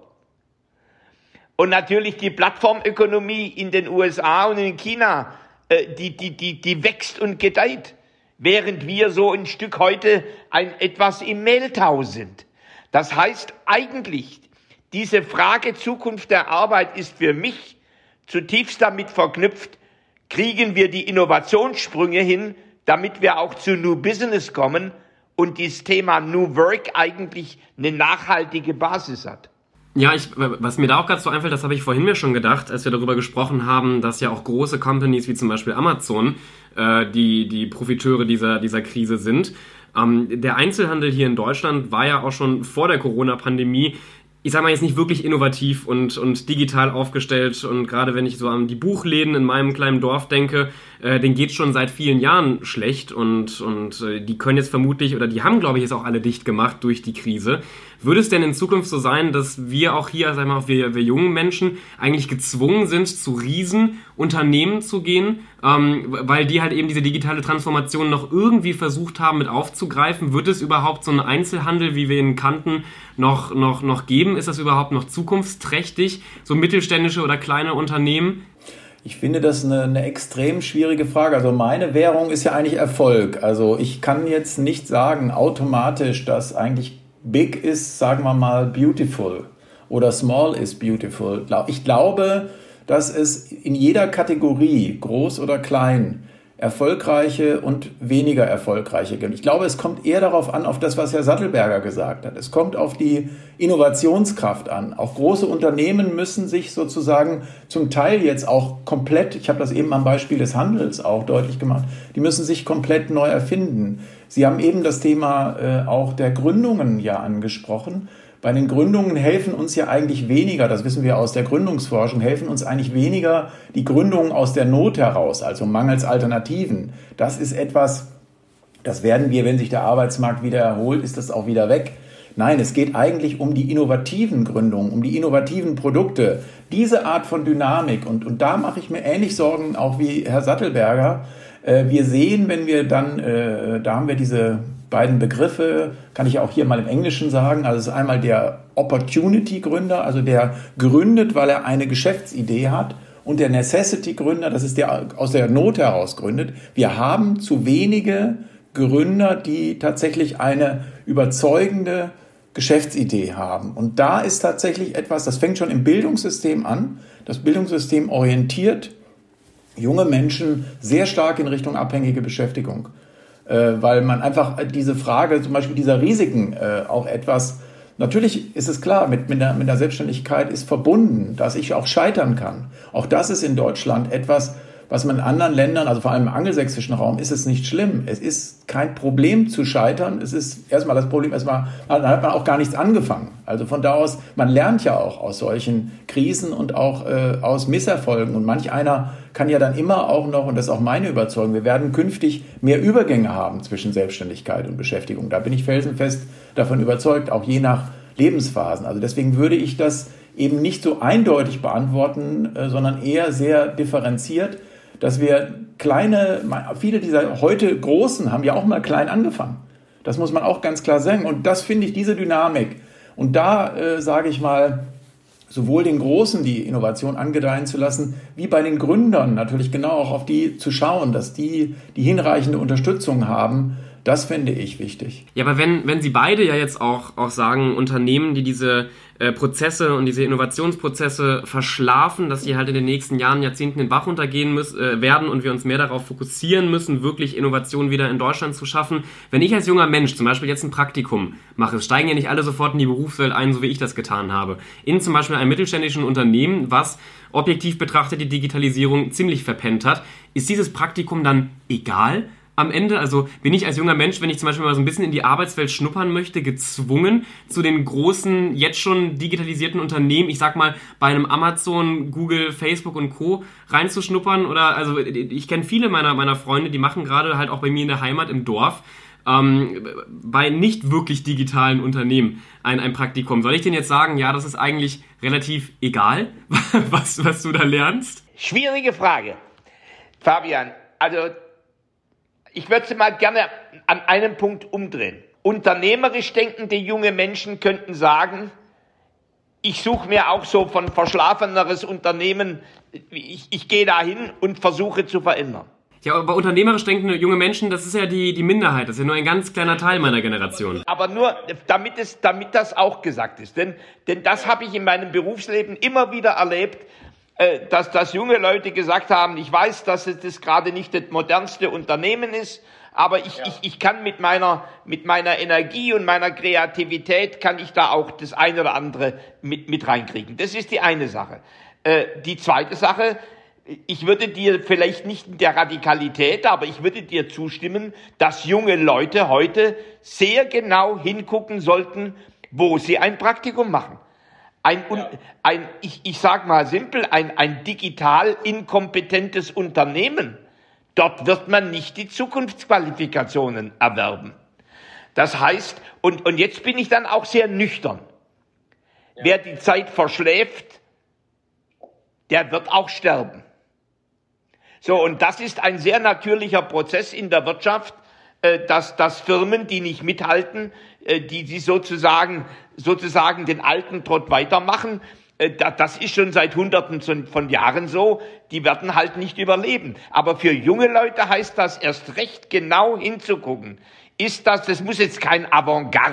Und natürlich die Plattformökonomie in den U S A und in China, äh, die, die, die, die wächst und gedeiht, während wir so ein Stück heute ein, etwas im Mehltau sind. Das heißt eigentlich, diese Frage Zukunft der Arbeit ist für mich zutiefst damit verknüpft, kriegen wir die Innovationssprünge hin, damit wir auch zu New Business kommen und das Thema New Work eigentlich eine nachhaltige Basis hat. Ja, ich, was mir da auch gerade so einfällt, das habe ich vorhin mir schon gedacht, als wir darüber gesprochen haben, dass ja auch große Companies wie zum Beispiel Amazon äh, die, die Profiteure dieser, dieser Krise sind. Ähm, der Einzelhandel hier in Deutschland war ja auch schon vor der Corona-Pandemie, ich sag mal jetzt nicht wirklich innovativ und, und digital aufgestellt, und gerade wenn ich so an die Buchläden in meinem kleinen Dorf denke, äh, denen geht's schon seit vielen Jahren schlecht und, und äh, die können jetzt vermutlich, oder die haben, glaube ich, jetzt auch alle dicht gemacht durch die Krise. Würde es denn in Zukunft so sein, dass wir auch hier, sagen wir mal, wir, wir jungen Menschen eigentlich gezwungen sind, zu Riesenunternehmen zu gehen, ähm, weil die halt eben diese digitale Transformation noch irgendwie versucht haben mit aufzugreifen? Wird es überhaupt so einen Einzelhandel, wie wir ihn kannten, noch, noch, noch geben? Ist das überhaupt noch zukunftsträchtig, so mittelständische oder kleine Unternehmen? Ich finde das eine, eine extrem schwierige Frage. Also meine Währung ist ja eigentlich Erfolg. Also ich kann jetzt nicht sagen automatisch, dass eigentlich Big ist, sagen wir mal, beautiful oder Small is beautiful. Ich glaube, dass es in jeder Kategorie, groß oder klein, erfolgreiche und weniger erfolgreiche gibt. Ich glaube, es kommt eher darauf an, auf das, was Herr Sattelberger gesagt hat. Es kommt auf die Innovationskraft an. Auch große Unternehmen müssen sich sozusagen zum Teil jetzt auch komplett, ich habe das eben am Beispiel des Handels auch deutlich gemacht, die müssen sich komplett neu erfinden. Sie haben eben das Thema äh, auch der Gründungen ja angesprochen. Bei den Gründungen helfen uns ja eigentlich weniger, das wissen wir aus der Gründungsforschung, helfen uns eigentlich weniger die Gründungen aus der Not heraus, also mangels Alternativen. Das ist etwas, das werden wir, wenn sich der Arbeitsmarkt wieder erholt, ist das auch wieder weg. Nein, es geht eigentlich um die innovativen Gründungen, um die innovativen Produkte. Diese Art von Dynamik, und, und da mache ich mir ähnlich Sorgen, auch wie Herr Sattelberger. Äh, wir sehen, wenn wir dann, äh, da haben wir diese beiden Begriffe, kann ich auch hier mal im Englischen sagen. Also es ist einmal der Opportunity-Gründer, also der gründet, weil er eine Geschäftsidee hat, und der Necessity-Gründer, das ist der aus der Not heraus gründet. Wir haben zu wenige Gründer, die tatsächlich eine überzeugende Geschäftsidee haben. Und da ist tatsächlich etwas, das fängt schon im Bildungssystem an. Das Bildungssystem orientiert junge Menschen sehr stark in Richtung abhängige Beschäftigung. Äh, weil man einfach diese Frage, zum Beispiel dieser Risiken, äh, auch etwas, natürlich ist es klar, mit, mit, der, mit der Selbstständigkeit ist verbunden, dass ich auch scheitern kann. Auch das ist in Deutschland etwas, was man in anderen Ländern, also vor allem im angelsächsischen Raum, ist es nicht schlimm. Es ist kein Problem zu scheitern. Es ist erstmal das Problem, erstmal, dann hat man auch gar nichts angefangen. Also von da aus, man lernt ja auch aus solchen Krisen und auch äh, aus Misserfolgen. Und manch einer kann ja dann immer auch noch, und das ist auch meine Überzeugung, wir werden künftig mehr Übergänge haben zwischen Selbstständigkeit und Beschäftigung. Da bin ich felsenfest davon überzeugt, auch je nach Lebensphasen. Also deswegen würde ich das eben nicht so eindeutig beantworten, äh, sondern eher sehr differenziert, dass wir kleine, viele dieser heute Großen haben ja auch mal klein angefangen. Das muss man auch ganz klar sagen. Und das finde ich, diese Dynamik. Und da äh, sage ich mal, sowohl den Großen die Innovation angedeihen zu lassen, wie bei den Gründern natürlich genau auch auf die zu schauen, dass die die hinreichende Unterstützung haben. Das finde ich wichtig. Ja, aber wenn, wenn Sie beide ja jetzt auch, auch sagen, Unternehmen, die diese äh, Prozesse und diese Innovationsprozesse verschlafen, dass sie halt in den nächsten Jahren, Jahrzehnten den Bach runtergehen müssen, äh, werden und wir uns mehr darauf fokussieren müssen, wirklich Innovation wieder in Deutschland zu schaffen. Wenn ich als junger Mensch zum Beispiel jetzt ein Praktikum mache, steigen ja nicht alle sofort in die Berufswelt ein, so wie ich das getan habe. In zum Beispiel einem mittelständischen Unternehmen, was objektiv betrachtet die Digitalisierung ziemlich verpennt hat, ist dieses Praktikum dann egal? Am Ende, also bin ich als junger Mensch, wenn ich zum Beispiel mal so ein bisschen in die Arbeitswelt schnuppern möchte, gezwungen, zu den großen, jetzt schon digitalisierten Unternehmen, ich sag mal, bei einem Amazon, Google, Facebook und Co. reinzuschnuppern? Oder, also ich kenne viele meiner, meiner Freunde, die machen gerade halt auch bei mir in der Heimat im Dorf, ähm, bei nicht wirklich digitalen Unternehmen ein, ein Praktikum. Soll ich denen jetzt sagen, ja, das ist eigentlich relativ egal, was, was du da lernst? Schwierige Frage, Fabian. Also, ich würde sie mal gerne an einem Punkt umdrehen. Unternehmerisch denkende junge Menschen könnten sagen, ich suche mir auch so von verschlafeneres Unternehmen, ich, ich gehe da hin und versuche zu verändern. Ja, aber unternehmerisch denkende junge Menschen, das ist ja die, die Minderheit, das ist ja nur ein ganz kleiner Teil meiner Generation. Aber nur, damit es, damit das auch gesagt ist. Denn, denn das habe ich in meinem Berufsleben immer wieder erlebt, dass, dass junge Leute gesagt haben, ich weiß, dass es das gerade nicht das modernste Unternehmen ist, aber ich, ja. ich, ich kann mit meiner, mit meiner Energie und meiner Kreativität kann ich da auch das eine oder andere mit, mit reinkriegen. Das ist die eine Sache. Äh, die zweite Sache, ich würde dir vielleicht nicht in der Radikalität, aber ich würde dir zustimmen, dass junge Leute heute sehr genau hingucken sollten, wo sie ein Praktikum machen. Ein, ja. ein ich, ich sag mal simpel, ein, ein digital inkompetentes Unternehmen, dort wird man nicht die Zukunftsqualifikationen erwerben. Das heißt, und, und jetzt bin ich dann auch sehr nüchtern. Ja. Wer die Zeit verschläft, der wird auch sterben. So, und das ist ein sehr natürlicher Prozess in der Wirtschaft, dass, dass Firmen, die nicht mithalten, die, die sozusagen, sozusagen den alten Trott weitermachen, das ist schon seit Hunderten von Jahren so, die werden halt nicht überleben. Aber für junge Leute heißt das erst recht genau hinzugucken. Ist das, das muss jetzt kein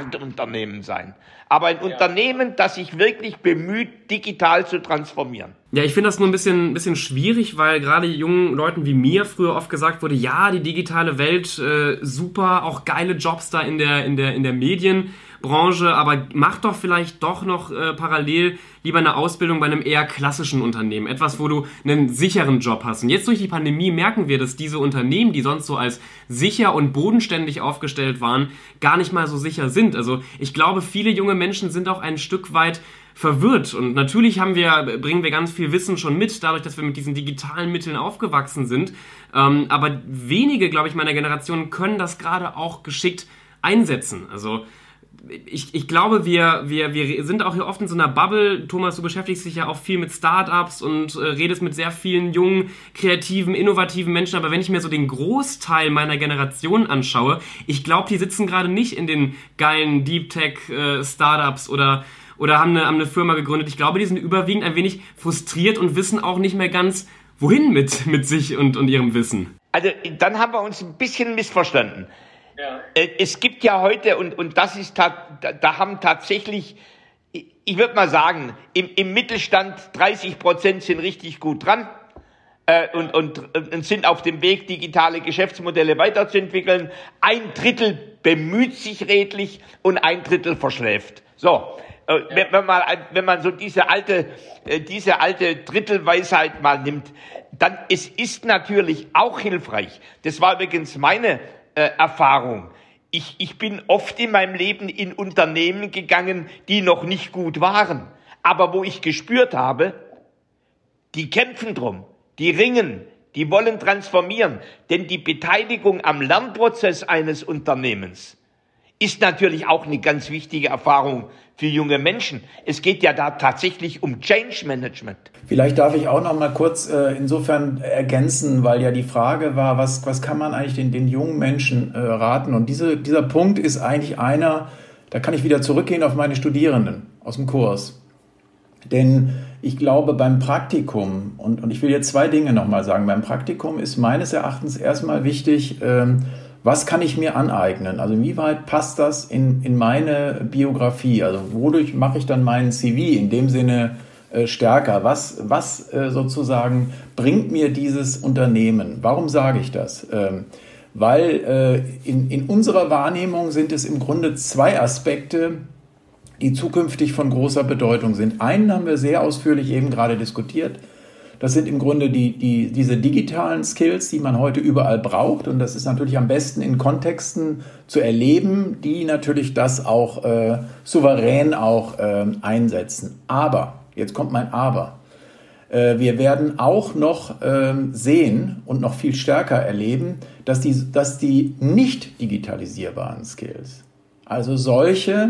Avantgarde-Unternehmen sein, aber ein ja. Unternehmen, das sich wirklich bemüht, digital zu transformieren. Ja, ich finde das nur ein bisschen, ein bisschen schwierig, weil gerade jungen Leuten wie mir früher oft gesagt wurde, ja, die digitale Welt, äh, super, auch geile Jobs da in der, in der, in der Medienbranche, aber mach doch vielleicht doch noch äh, parallel lieber eine Ausbildung bei einem eher klassischen Unternehmen. Etwas, wo du einen sicheren Job hast. Und jetzt durch die Pandemie merken wir, dass diese Unternehmen, die sonst so als sicher und bodenständig aufgestellt waren, gar nicht mal so sicher sind. Also ich glaube, viele junge Menschen sind auch ein Stück weit verwirrt. Und natürlich haben wir, bringen wir ganz viel Wissen schon mit, dadurch, dass wir mit diesen digitalen Mitteln aufgewachsen sind. Ähm, aber wenige, glaube ich, meiner Generation können das gerade auch geschickt einsetzen. Also ich, ich glaube, wir, wir, wir sind auch hier oft in so einer Bubble. Thomas, du beschäftigst dich ja auch viel mit Startups und äh, redest mit sehr vielen jungen, kreativen, innovativen Menschen. Aber wenn ich mir so den Großteil meiner Generation anschaue, ich glaube, die sitzen gerade nicht in den geilen Deep Tech äh, Startups oder oder haben eine, haben eine Firma gegründet. Ich glaube, die sind überwiegend ein wenig frustriert und wissen auch nicht mehr ganz, wohin mit, mit sich und, und ihrem Wissen. Also dann haben wir uns ein bisschen missverstanden. Ja. Es gibt ja heute, und, und das ist, da, da haben tatsächlich, ich würde mal sagen, im, im Mittelstand dreißig Prozent sind richtig gut dran äh, und, und, und sind auf dem Weg, digitale Geschäftsmodelle weiterzuentwickeln. Ein Drittel bemüht sich redlich und ein Drittel verschläft. So. Wenn, wenn, man, wenn man so diese alte, diese alte Drittelweisheit mal nimmt, dann es ist natürlich auch hilfreich. Das war übrigens meine äh, Erfahrung. Ich, ich bin oft in meinem Leben in Unternehmen gegangen, die noch nicht gut waren, aber wo ich gespürt habe, die kämpfen drum, die ringen, die wollen transformieren, denn die Beteiligung am Lernprozess eines Unternehmens ist natürlich auch eine ganz wichtige Erfahrung für junge Menschen. Es geht ja da tatsächlich um Change Management. Vielleicht darf ich auch noch mal kurz äh, insofern ergänzen, weil ja die Frage war, was, was kann man eigentlich den, den jungen Menschen äh, raten? Und diese, dieser Punkt ist eigentlich einer, da kann ich wieder zurückgehen auf meine Studierenden aus dem Kurs. Denn ich glaube, beim Praktikum, und, und ich will jetzt zwei Dinge noch mal sagen, beim Praktikum ist meines Erachtens erstmal wichtig, ähm, was kann ich mir aneignen? Also inwieweit passt das in, in meine Biografie? Also wodurch mache ich dann meinen C V in dem Sinne äh, stärker? Was, was äh, sozusagen bringt mir dieses Unternehmen? Warum sage ich das? Ähm, weil äh, in, in unserer Wahrnehmung sind es im Grunde zwei Aspekte, die zukünftig von großer Bedeutung sind. Einen haben wir sehr ausführlich eben gerade diskutiert. Das sind im Grunde die, die, diese digitalen Skills, die man heute überall braucht. Und das ist natürlich am besten in Kontexten zu erleben, die natürlich das auch äh, souverän auch äh, einsetzen. Aber, jetzt kommt mein Aber. Äh, wir werden auch noch äh, sehen und noch viel stärker erleben, dass die, dass die nicht digitalisierbaren Skills, also solche,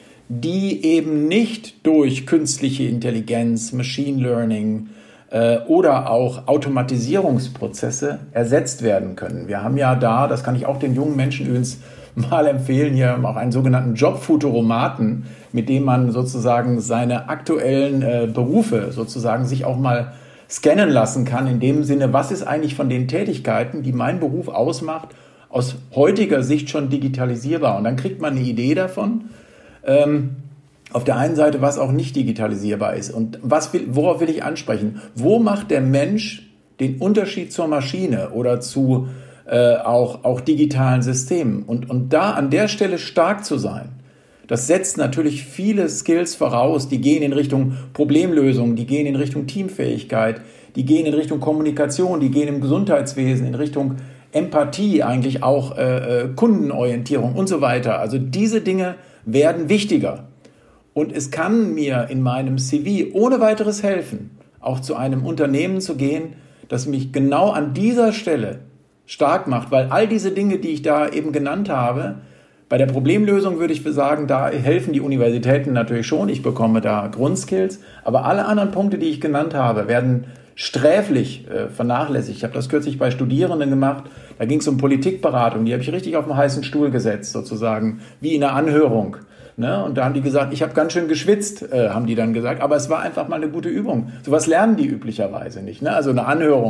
die eben nicht durch künstliche Intelligenz, Machine Learning, oder auch Automatisierungsprozesse ersetzt werden können. Wir haben ja da, das kann ich auch den jungen Menschen übrigens mal empfehlen, hier auch einen sogenannten Jobfuturomaten, mit dem man sozusagen seine aktuellen äh, Berufe sozusagen sich auch mal scannen lassen kann, in dem Sinne, was ist eigentlich von den Tätigkeiten, die mein Beruf ausmacht, aus heutiger Sicht schon digitalisierbar. Und dann kriegt man eine Idee davon, ähm, auf der einen Seite, was auch nicht digitalisierbar ist. Und was will, worauf will ich ansprechen? Wo macht der Mensch den Unterschied zur Maschine oder zu äh, auch, auch digitalen Systemen? Und, und da an der Stelle stark zu sein, das setzt natürlich viele Skills voraus, die gehen in Richtung Problemlösung, die gehen in Richtung Teamfähigkeit, die gehen in Richtung Kommunikation, die gehen im Gesundheitswesen, in Richtung Empathie, eigentlich auch äh, Kundenorientierung und so weiter. Also diese Dinge werden wichtiger. Und es kann mir in meinem C V ohne weiteres helfen, auch zu einem Unternehmen zu gehen, das mich genau an dieser Stelle stark macht, weil all diese Dinge, die ich da eben genannt habe, bei der Problemlösung würde ich sagen, da helfen die Universitäten natürlich schon, ich bekomme da Grundskills, aber alle anderen Punkte, die ich genannt habe, werden sträflich äh, vernachlässigt. Ich habe das kürzlich bei Studierenden gemacht, da ging es um Politikberatung, die habe ich richtig auf den heißen Stuhl gesetzt, sozusagen, wie in einer Anhörung. Ne? Und da haben die gesagt, ich habe ganz schön geschwitzt, äh, haben die dann gesagt, aber es war einfach mal eine gute Übung. Sowas lernen die üblicherweise nicht. Ne? Also eine Anhörung,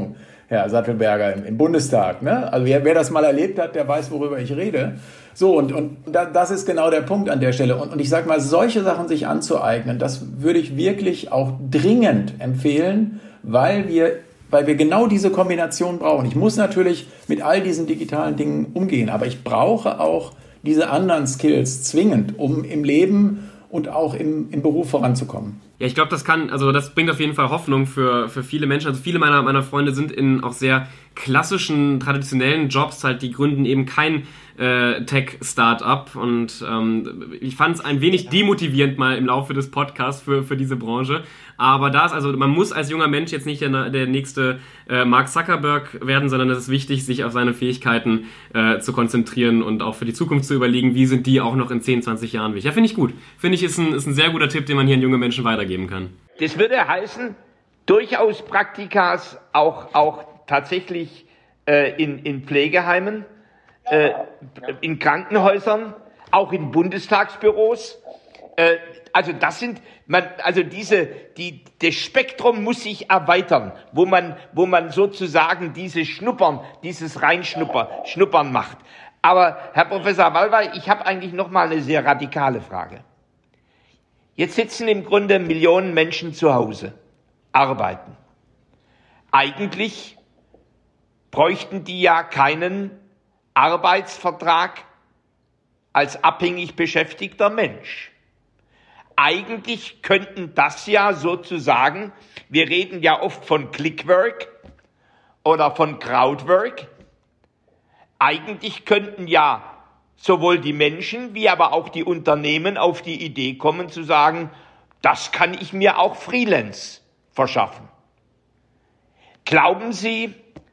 Herr Sattelberger, im, im Bundestag. Ne? Also wer, wer das mal erlebt hat, der weiß, worüber ich rede. So, und, und da, das ist genau der Punkt an der Stelle. Und, und ich sage mal, solche Sachen sich anzueignen, das würde ich wirklich auch dringend empfehlen, weil wir, weil wir genau diese Kombination brauchen. Ich muss natürlich mit all diesen digitalen Dingen umgehen, aber ich brauche auch diese anderen Skills zwingend, um im Leben und auch im, im Beruf voranzukommen. Ja, ich glaube, das kann, also das bringt auf jeden Fall Hoffnung für, für viele Menschen. Also viele meiner, meiner Freunde sind in auch sehr klassischen, traditionellen Jobs halt, die gründen eben kein äh, Tech-Startup und ähm, ich fand es ein wenig demotivierend mal im Laufe des Podcasts für, für diese Branche. Aber da ist also, man muss als junger Mensch jetzt nicht der, der nächste äh, Mark Zuckerberg werden, sondern es ist wichtig, sich auf seine Fähigkeiten äh, zu konzentrieren und auch für die Zukunft zu überlegen, wie sind die auch noch in zehn, zwanzig Jahren wichtig. Ja, finde ich gut. Finde ich, ist ein, ist ein sehr guter Tipp, den man hier an junge Menschen weitergeben kann. Das würde heißen, durchaus Praktikas auch, auch tatsächlich äh, in, in Pflegeheimen, äh, in Krankenhäusern, auch in Bundestagsbüros. Äh, also das sind, man, also diese, die, das Spektrum muss sich erweitern, wo man, wo man sozusagen dieses Schnuppern, dieses Reinschnuppern, Schnuppern macht. Aber Herr Professor Wallweil, ich habe eigentlich noch mal eine sehr radikale Frage. Jetzt sitzen im Grunde Millionen Menschen zu Hause, arbeiten. Eigentlich bräuchten die ja keinen Arbeitsvertrag als abhängig beschäftigter Mensch. Eigentlich könnten das ja sozusagen, wir reden ja oft von Clickwork oder von Crowdwork, eigentlich könnten ja sowohl die Menschen wie aber auch die Unternehmen auf die Idee kommen zu sagen, das kann ich mir auch Freelance verschaffen. Glauben Sie,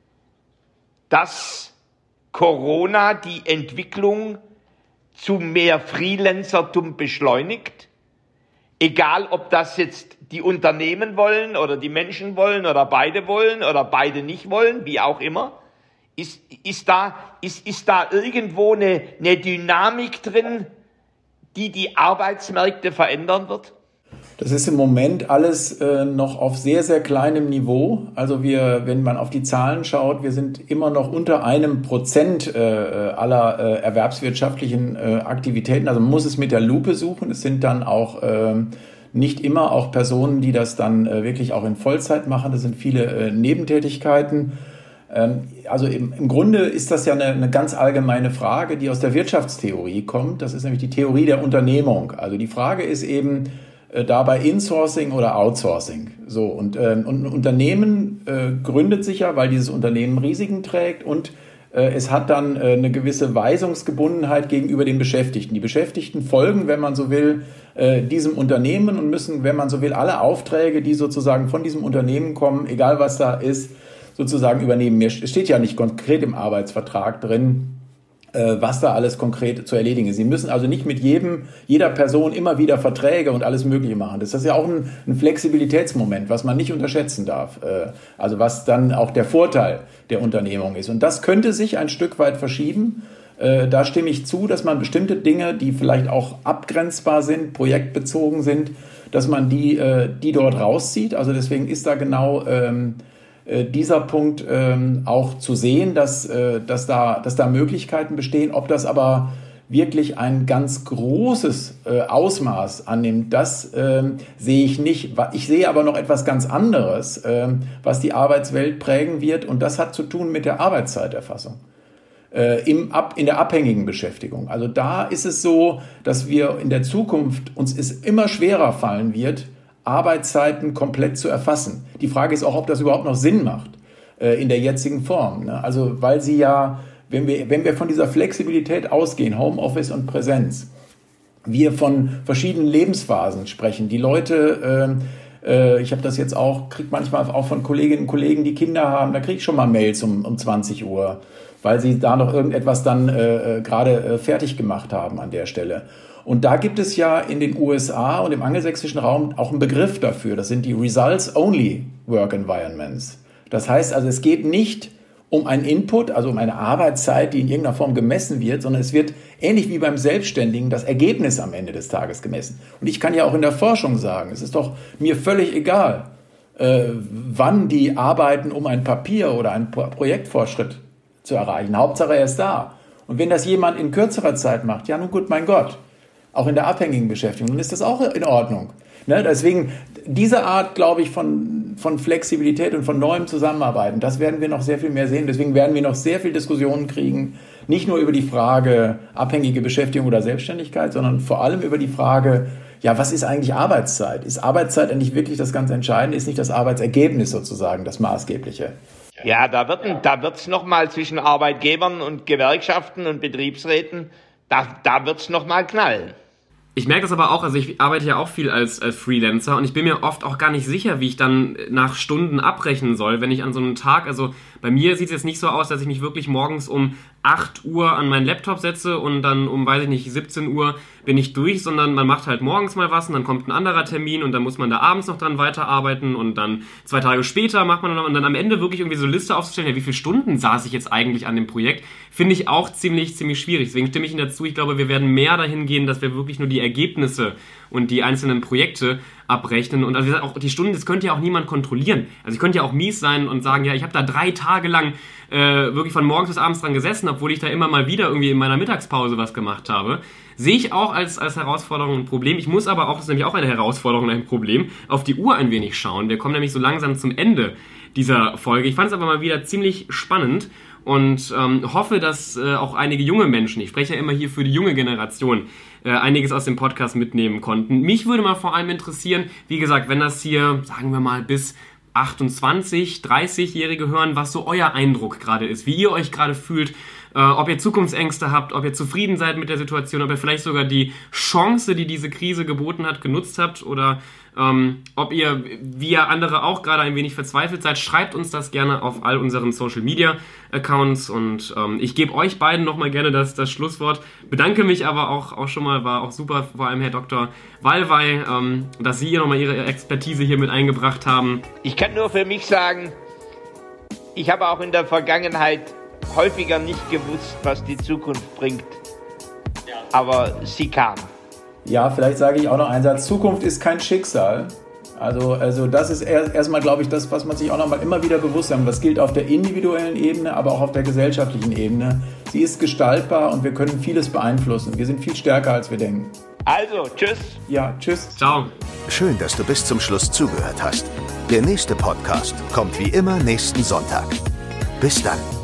dass Corona die Entwicklung zu mehr Freelancertum beschleunigt? Egal, ob das jetzt die Unternehmen wollen oder die Menschen wollen oder beide wollen oder beide nicht wollen, wie auch immer. Ist, ist, da, ist, ist da irgendwo eine, eine Dynamik drin, die die Arbeitsmärkte verändern wird? Das ist im Moment alles äh, noch auf sehr, sehr kleinem Niveau. Also wir, wenn man auf die Zahlen schaut, wir sind immer noch unter einem Prozent äh, aller äh, erwerbswirtschaftlichen äh, Aktivitäten. Also man muss es mit der Lupe suchen. Es sind dann auch äh, nicht immer auch Personen, die das dann äh, wirklich auch in Vollzeit machen. Das sind viele äh, Nebentätigkeiten. Ähm, also im, im Grunde ist das ja eine, eine ganz allgemeine Frage, die aus der Wirtschaftstheorie kommt. Das ist nämlich die Theorie der Unternehmung. Also die Frage ist eben, dabei Insourcing oder Outsourcing. So, und, äh, und ein Unternehmen äh, gründet sich ja, weil dieses Unternehmen Risiken trägt und äh, es hat dann äh, eine gewisse Weisungsgebundenheit gegenüber den Beschäftigten. Die Beschäftigten folgen, wenn man so will, äh, diesem Unternehmen und müssen, wenn man so will, alle Aufträge, die sozusagen von diesem Unternehmen kommen, egal was da ist, sozusagen übernehmen. Es steht ja nicht konkret im Arbeitsvertrag drin, was da alles konkret zu erledigen ist. Sie müssen also nicht mit jedem, jeder Person immer wieder Verträge und alles Mögliche machen. Das ist ja auch ein, ein Flexibilitätsmoment, was man nicht unterschätzen darf. Also was dann auch der Vorteil der Unternehmung ist. Und das könnte sich ein Stück weit verschieben. Da stimme ich zu, dass man bestimmte Dinge, die vielleicht auch abgrenzbar sind, projektbezogen sind, dass man die, die dort rauszieht. Also deswegen ist da genau dieser Punkt ähm, auch zu sehen, dass, äh, dass, da, dass da Möglichkeiten bestehen. Ob das aber wirklich ein ganz großes äh, Ausmaß annimmt, das äh, sehe ich nicht. Ich sehe aber noch etwas ganz anderes, äh, was die Arbeitswelt prägen wird, und das hat zu tun mit der Arbeitszeiterfassung äh, im Ab, in der abhängigen Beschäftigung. Also da ist es so, dass wir in der Zukunft uns es immer schwerer fallen wird, Arbeitszeiten komplett zu erfassen. Die Frage ist auch, ob das überhaupt noch Sinn macht äh, in der jetzigen Form. Ne? Also weil sie ja, wenn wir, wenn wir von dieser Flexibilität ausgehen, Homeoffice und Präsenz, wir von verschiedenen Lebensphasen sprechen. Die Leute, äh, äh, ich habe das jetzt auch, kriege manchmal auch von Kolleginnen und Kollegen, die Kinder haben, da kriege ich schon mal Mails um, um zwanzig Uhr, weil sie da noch irgendetwas dann äh, gerade äh, fertig gemacht haben an der Stelle. Und da gibt es ja in den U S A und im angelsächsischen Raum auch einen Begriff dafür. Das sind die Results-Only Work Environments. Das heißt also, es geht nicht um einen Input, also um eine Arbeitszeit, die in irgendeiner Form gemessen wird, sondern es wird ähnlich wie beim Selbstständigen das Ergebnis am Ende des Tages gemessen. Und ich kann ja auch in der Forschung sagen, es ist doch mir völlig egal, äh, wann die arbeiten, um ein Papier oder einen Pro- Projektfortschritt zu erreichen. Hauptsache er ist da. Und wenn das jemand in kürzerer Zeit macht, ja nun gut, mein Gott, auch in der abhängigen Beschäftigung, dann ist das auch in Ordnung. Ne? Deswegen, diese Art, glaube ich, von, von Flexibilität und von neuem Zusammenarbeiten, das werden wir noch sehr viel mehr sehen. Deswegen werden wir noch sehr viel Diskussionen kriegen, nicht nur über die Frage abhängige Beschäftigung oder Selbstständigkeit, sondern vor allem über die Frage, ja, was ist eigentlich Arbeitszeit? Ist Arbeitszeit eigentlich wirklich das ganz Entscheidende? Ist nicht das Arbeitsergebnis sozusagen das Maßgebliche? Ja, da wird da wird's noch mal zwischen Arbeitgebern und Gewerkschaften und Betriebsräten, da, da wird's noch mal knallen. Ich merke das aber auch, also ich arbeite ja auch viel als, als Freelancer und ich bin mir oft auch gar nicht sicher, wie ich dann nach Stunden abrechnen soll, wenn ich an so einem Tag, also bei mir sieht es jetzt nicht so aus, dass ich mich wirklich morgens um acht Uhr an meinen Laptop setze und dann um, weiß ich nicht, siebzehn Uhr bin ich durch, sondern man macht halt morgens mal was und dann kommt ein anderer Termin und dann muss man da abends noch dran weiterarbeiten und dann zwei Tage später macht man noch und dann am Ende wirklich irgendwie so eine Liste aufzustellen, ja, wie viele Stunden saß ich jetzt eigentlich an dem Projekt, finde ich auch ziemlich, ziemlich schwierig. Deswegen stimme ich Ihnen dazu, ich glaube, wir werden mehr dahin gehen, dass wir wirklich nur die Ergebnisse und die einzelnen Projekte abrechnen und also auch die Stunden, das könnte ja auch niemand kontrollieren. Also ich könnte ja auch mies sein und sagen, ja, ich habe da drei Tage lang äh, wirklich von morgens bis abends dran gesessen, obwohl ich da immer mal wieder irgendwie in meiner Mittagspause was gemacht habe. Sehe ich auch als, als Herausforderung ein Problem. Ich muss aber auch, das ist nämlich auch eine Herausforderung, ein Problem, auf die Uhr ein wenig schauen. Wir kommen nämlich so langsam zum Ende dieser Folge. Ich fand es aber mal wieder ziemlich spannend und ähm, hoffe, dass äh, auch einige junge Menschen, ich spreche ja immer hier für die junge Generation, äh, einiges aus dem Podcast mitnehmen konnten. Mich würde mal vor allem interessieren, wie gesagt, wenn das hier, sagen wir mal, bis achtundzwanzig, dreißig-Jährige hören, was so euer Eindruck gerade ist, wie ihr euch gerade fühlt, äh, ob ihr Zukunftsängste habt, ob ihr zufrieden seid mit der Situation, ob ihr vielleicht sogar die Chance, die diese Krise geboten hat, genutzt habt oder ähm, ob ihr, wie ihr andere auch gerade ein wenig verzweifelt seid. Schreibt uns das gerne auf all unseren Social-Media-Accounts und ähm, ich gebe euch beiden nochmal gerne das, das Schlusswort. Bedanke mich aber auch, auch schon mal, war auch super, vor allem Herr Doktor Wallweil, ähm, dass Sie hier nochmal Ihre Expertise hier mit eingebracht haben. Ich kann nur für mich sagen, ich habe auch in der Vergangenheit häufiger nicht gewusst, was die Zukunft bringt. Aber sie kam. Ja, vielleicht sage ich auch noch einen Satz. Zukunft ist kein Schicksal. Also, also das ist erst, erstmal, glaube ich, das, was man sich auch noch mal immer wieder bewusst haben. Das gilt auf der individuellen Ebene, aber auch auf der gesellschaftlichen Ebene. Sie ist gestaltbar und wir können vieles beeinflussen. Wir sind viel stärker, als wir denken. Also, tschüss. Ja, tschüss. Ciao. Schön, dass du bis zum Schluss zugehört hast. Der nächste Podcast kommt wie immer nächsten Sonntag. Bis dann.